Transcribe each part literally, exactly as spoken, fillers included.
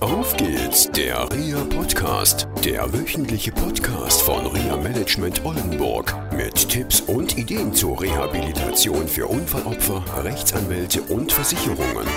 Auf geht's, der R I A Podcast, der wöchentliche Podcast von R I A Management Oldenburg mit Tipps und Ideen zur Rehabilitation für Unfallopfer, Rechtsanwälte und Versicherungen.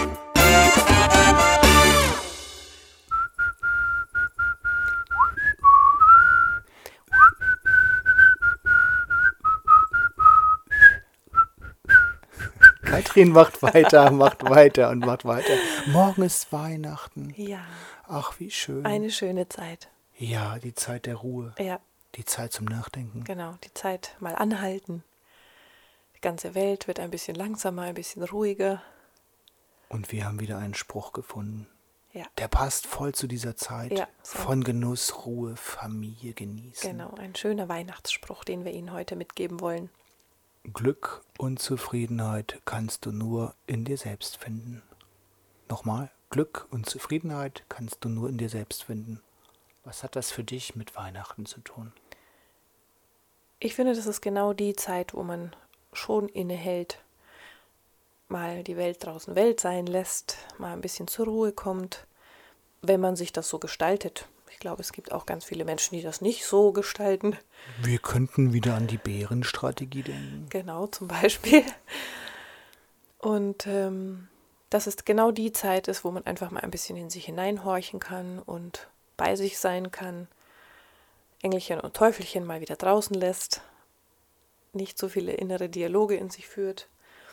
Katrin macht weiter, macht weiter und macht weiter. Morgen ist Weihnachten. Ja. Ach, wie schön. Eine schöne Zeit. Ja, die Zeit der Ruhe. Ja. Die Zeit zum Nachdenken. Genau, die Zeit mal anhalten. Die ganze Welt wird ein bisschen langsamer, ein bisschen ruhiger. Und wir haben wieder einen Spruch gefunden. Ja. Der passt voll zu dieser Zeit. Ja, so. Von Genuss, Ruhe, Familie genießen. Genau, ein schöner Weihnachtsspruch, den wir Ihnen heute mitgeben wollen. Glück und Zufriedenheit kannst du nur in dir selbst finden. Nochmal, Glück und Zufriedenheit kannst du nur in dir selbst finden. Was hat das für dich mit Weihnachten zu tun? Ich finde, das ist genau die Zeit, wo man schon innehält, mal die Welt draußen Welt sein lässt, mal ein bisschen zur Ruhe kommt, wenn man sich das so gestaltet. Ich glaube, es gibt auch ganz viele Menschen, die das nicht so gestalten. Wir könnten wieder an die Bärenstrategie denken. Genau, zum Beispiel. Und ähm, dass es genau die Zeit ist, wo man einfach mal ein bisschen in sich hineinhorchen kann und bei sich sein kann, Engelchen und Teufelchen mal wieder draußen lässt, nicht so viele innere Dialoge in sich führt.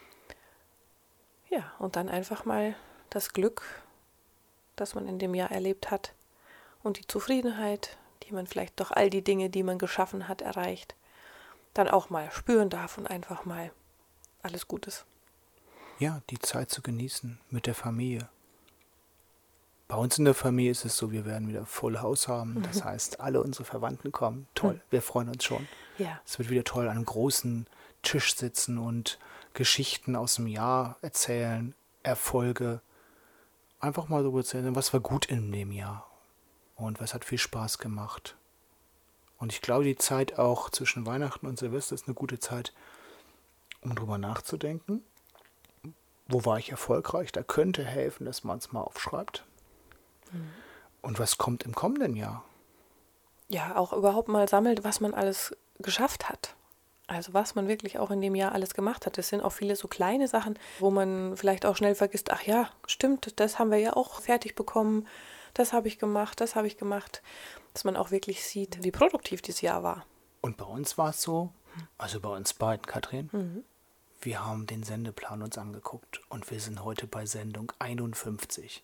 Ja, und dann einfach mal das Glück, das man in dem Jahr erlebt hat, und die Zufriedenheit, die man vielleicht durch all die Dinge, die man geschaffen hat, erreicht, dann auch mal spüren darf und einfach mal alles gut ist. Ja, die Zeit zu genießen mit der Familie. Bei uns in der Familie ist es so, wir werden wieder Full House haben. Das heißt, alle unsere Verwandten kommen. Toll, wir freuen uns schon. Ja. Es wird wieder toll, an einem großen Tisch sitzen und Geschichten aus dem Jahr erzählen, Erfolge. Einfach mal so erzählen, was war gut in dem Jahr. Und was hat viel Spaß gemacht. Und ich glaube, die Zeit auch zwischen Weihnachten und Silvester ist eine gute Zeit, um drüber nachzudenken. Wo war ich erfolgreich? Da könnte helfen, dass man es mal aufschreibt. Mhm. Und was kommt im kommenden Jahr? Ja, auch überhaupt mal sammelt, was man alles geschafft hat. Also was man wirklich auch in dem Jahr alles gemacht hat. Es sind auch viele so kleine Sachen, wo man vielleicht auch schnell vergisst, ach ja, stimmt, das haben wir ja auch fertig bekommen. Das habe ich gemacht, das habe ich gemacht, dass man auch wirklich sieht, wie produktiv dieses Jahr war. Und bei uns war es so, also bei uns beiden, Katrin, Mhm. wir haben den Sendeplan uns angeguckt und wir sind heute bei Sendung einundfünfzig.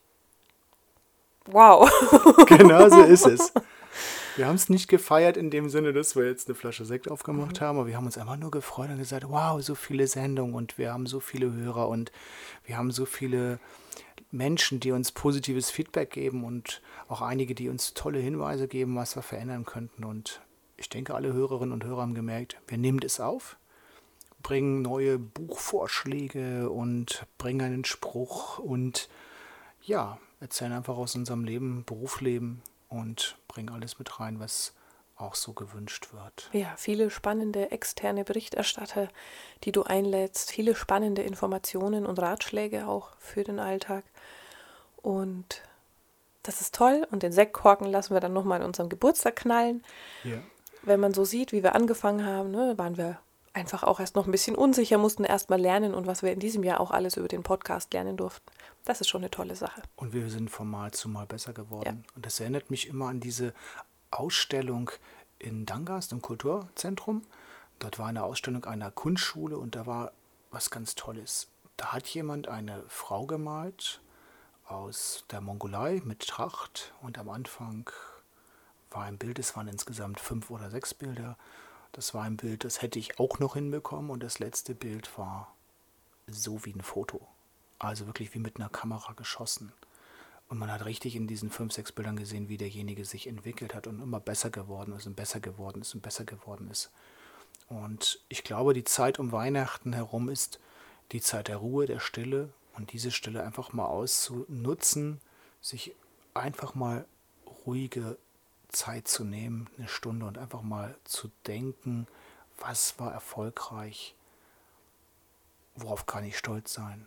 Wow. Genau so ist es. Wir haben es nicht gefeiert in dem Sinne, dass wir jetzt eine Flasche Sekt aufgemacht mhm. haben, aber wir haben uns einfach nur gefreut und gesagt, wow, so viele Sendungen und wir haben so viele Hörer und wir haben so viele Menschen, die uns positives Feedback geben und auch einige, die uns tolle Hinweise geben, was wir verändern könnten. Und ich denke, alle Hörerinnen und Hörer haben gemerkt, wir nehmen es auf, bringen neue Buchvorschläge und bringen einen Spruch und ja, erzählen einfach aus unserem Leben, Berufsleben und bringen alles mit rein, was auch so gewünscht wird. Ja, viele spannende externe Berichterstatter, die du einlädst, viele spannende Informationen und Ratschläge auch für den Alltag. Und das ist toll. Und den Sektkorken lassen wir dann nochmal an unserem Geburtstag knallen. Ja. Wenn man so sieht, wie wir angefangen haben, ne, waren wir einfach auch erst noch ein bisschen unsicher, mussten erst mal lernen und was wir in diesem Jahr auch alles über den Podcast lernen durften. Das ist schon eine tolle Sache. Und wir sind von Mal zu Mal besser geworden. Ja. Und das erinnert mich immer an diese Ausstellung in Dangast im Kulturzentrum. Dort war eine Ausstellung einer Kunstschule und da war was ganz Tolles. Da hat jemand eine Frau gemalt aus der Mongolei mit Tracht und am Anfang war ein Bild, es waren insgesamt fünf oder sechs Bilder. Das war ein Bild, das hätte ich auch noch hinbekommen und das letzte Bild war so wie ein Foto. Also wirklich wie mit einer Kamera geschossen. Und man hat richtig in diesen fünf, sechs Bildern gesehen, wie derjenige sich entwickelt hat und immer besser geworden ist und besser geworden ist und besser geworden ist. Und ich glaube, die Zeit um Weihnachten herum ist die Zeit der Ruhe, der Stille und diese Stille einfach mal auszunutzen, sich einfach mal ruhige Zeit zu nehmen, eine Stunde und einfach mal zu denken, was war erfolgreich, worauf kann ich stolz sein.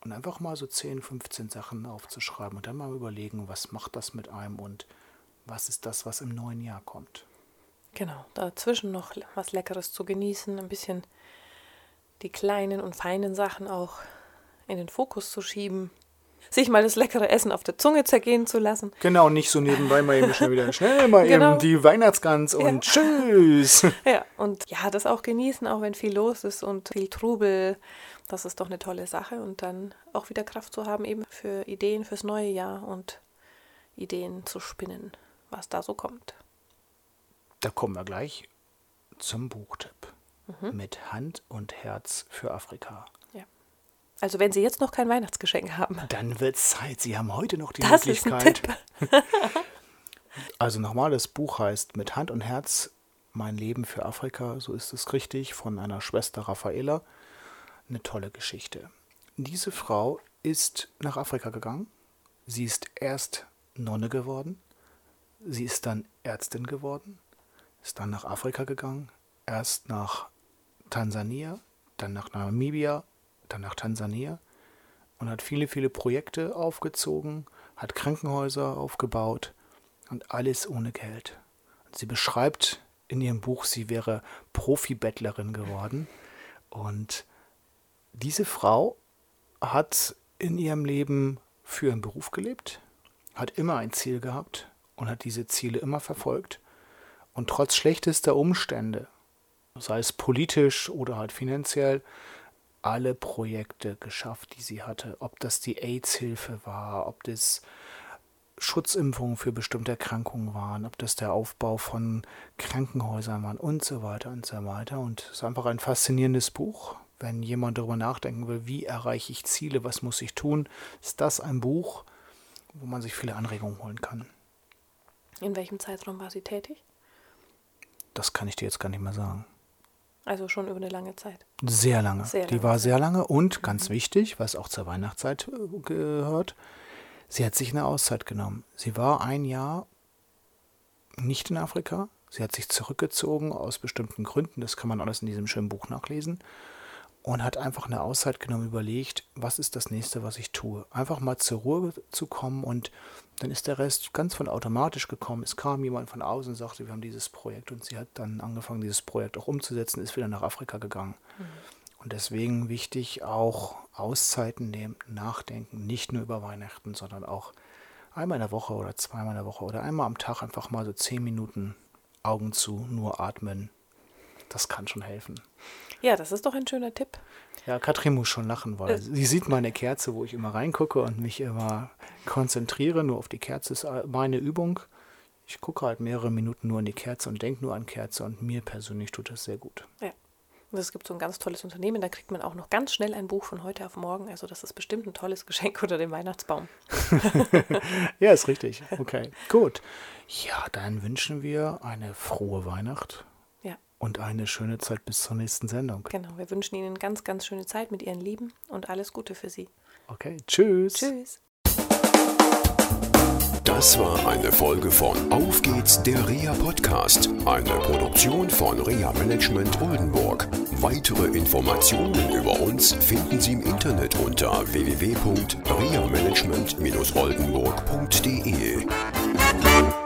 Und einfach mal so zehn, fünfzehn Sachen aufzuschreiben und dann mal überlegen, was macht das mit einem und was ist das, was im neuen Jahr kommt. Genau, dazwischen noch was Leckeres zu genießen, ein bisschen die kleinen und feinen Sachen auch in den Fokus zu schieben, sich mal das leckere Essen auf der Zunge zergehen zu lassen. Genau, nicht so nebenbei mal eben schnell wieder, schnell mal genau. eben die Weihnachtsgans und ja. Tschüss. Ja, und ja, das auch genießen, auch wenn viel los ist und viel Trubel. Das ist doch eine tolle Sache und dann auch wieder Kraft zu haben eben für Ideen fürs neue Jahr und Ideen zu spinnen, was da so kommt. Da kommen wir gleich zum Buchtipp. Mhm. Mit Hand und Herz für Afrika. Ja. Also wenn Sie jetzt noch kein Weihnachtsgeschenk haben. Dann wird es Zeit. Sie haben heute noch die das Möglichkeit. Ist ein Tipp. Also nochmal, das Buch heißt Mit Hand und Herz, mein Leben für Afrika, so ist es richtig, von einer Schwester Raffaela. Eine tolle Geschichte. Diese Frau ist nach Afrika gegangen. Sie ist erst Nonne geworden. Sie ist dann Ärztin geworden. Ist dann nach Afrika gegangen. Erst nach Tansania, dann nach Namibia, dann nach Tansania. Und hat viele, viele Projekte aufgezogen, hat Krankenhäuser aufgebaut und alles ohne Geld. Und sie beschreibt in ihrem Buch, sie wäre Profibettlerin geworden. Und diese Frau hat in ihrem Leben für ihren Beruf gelebt, hat immer ein Ziel gehabt und hat diese Ziele immer verfolgt. Und trotz schlechtester Umstände, sei es politisch oder halt finanziell, alle Projekte geschafft, die sie hatte. Ob das die AIDS-Hilfe war, ob das Schutzimpfungen für bestimmte Erkrankungen waren, ob das der Aufbau von Krankenhäusern waren und so weiter und so weiter. Und es ist einfach ein faszinierendes Buch. Wenn jemand darüber nachdenken will, wie erreiche ich Ziele, was muss ich tun, ist das ein Buch, wo man sich viele Anregungen holen kann. In welchem Zeitraum war sie tätig? Das kann ich dir jetzt gar nicht mehr sagen. Also schon über eine lange Zeit? Sehr lange. Sehr lange Die war Zeit. sehr lange und ganz mhm. wichtig, was auch zur Weihnachtszeit gehört, sie hat sich eine Auszeit genommen. Sie war ein Jahr nicht in Afrika. Sie hat sich zurückgezogen aus bestimmten Gründen. Das kann man alles in diesem schönen Buch nachlesen. Und hat einfach eine Auszeit genommen, überlegt, was ist das Nächste, was ich tue. Einfach mal zur Ruhe zu kommen und dann ist der Rest ganz von automatisch gekommen. Es kam jemand von außen und sagte, wir haben dieses Projekt und sie hat dann angefangen, dieses Projekt auch umzusetzen, ist wieder nach Afrika gegangen. Mhm. Und deswegen wichtig auch Auszeiten nehmen, nachdenken, nicht nur über Weihnachten, sondern auch einmal in der Woche oder zweimal in der Woche oder einmal am Tag einfach mal so zehn Minuten Augen zu, nur atmen. Das kann schon helfen. Ja, das ist doch ein schöner Tipp. Ja, Katrin muss schon lachen, weil äh. sie sieht meine Kerze, wo ich immer reingucke und mich immer konzentriere. Nur auf die Kerze ist meine Übung. Ich gucke halt mehrere Minuten nur in die Kerze und denke nur an Kerze und mir persönlich tut das sehr gut. Ja, und es gibt so ein ganz tolles Unternehmen, da kriegt man auch noch ganz schnell ein Buch von heute auf morgen. Also das ist bestimmt ein tolles Geschenk unter dem Weihnachtsbaum. Ja, ist richtig. Okay, gut. Ja, dann wünschen wir eine frohe Weihnacht. Und eine schöne Zeit bis zur nächsten Sendung. Genau, wir wünschen Ihnen ganz, ganz schöne Zeit mit Ihren Lieben und alles Gute für Sie. Okay, tschüss. Tschüss. Das war eine Folge von Auf geht's, der Rea Podcast. Eine Produktion von Rea Management Oldenburg. Weitere Informationen über uns finden Sie im Internet unter w w w punkt rea management dash oldenburg punkt d e.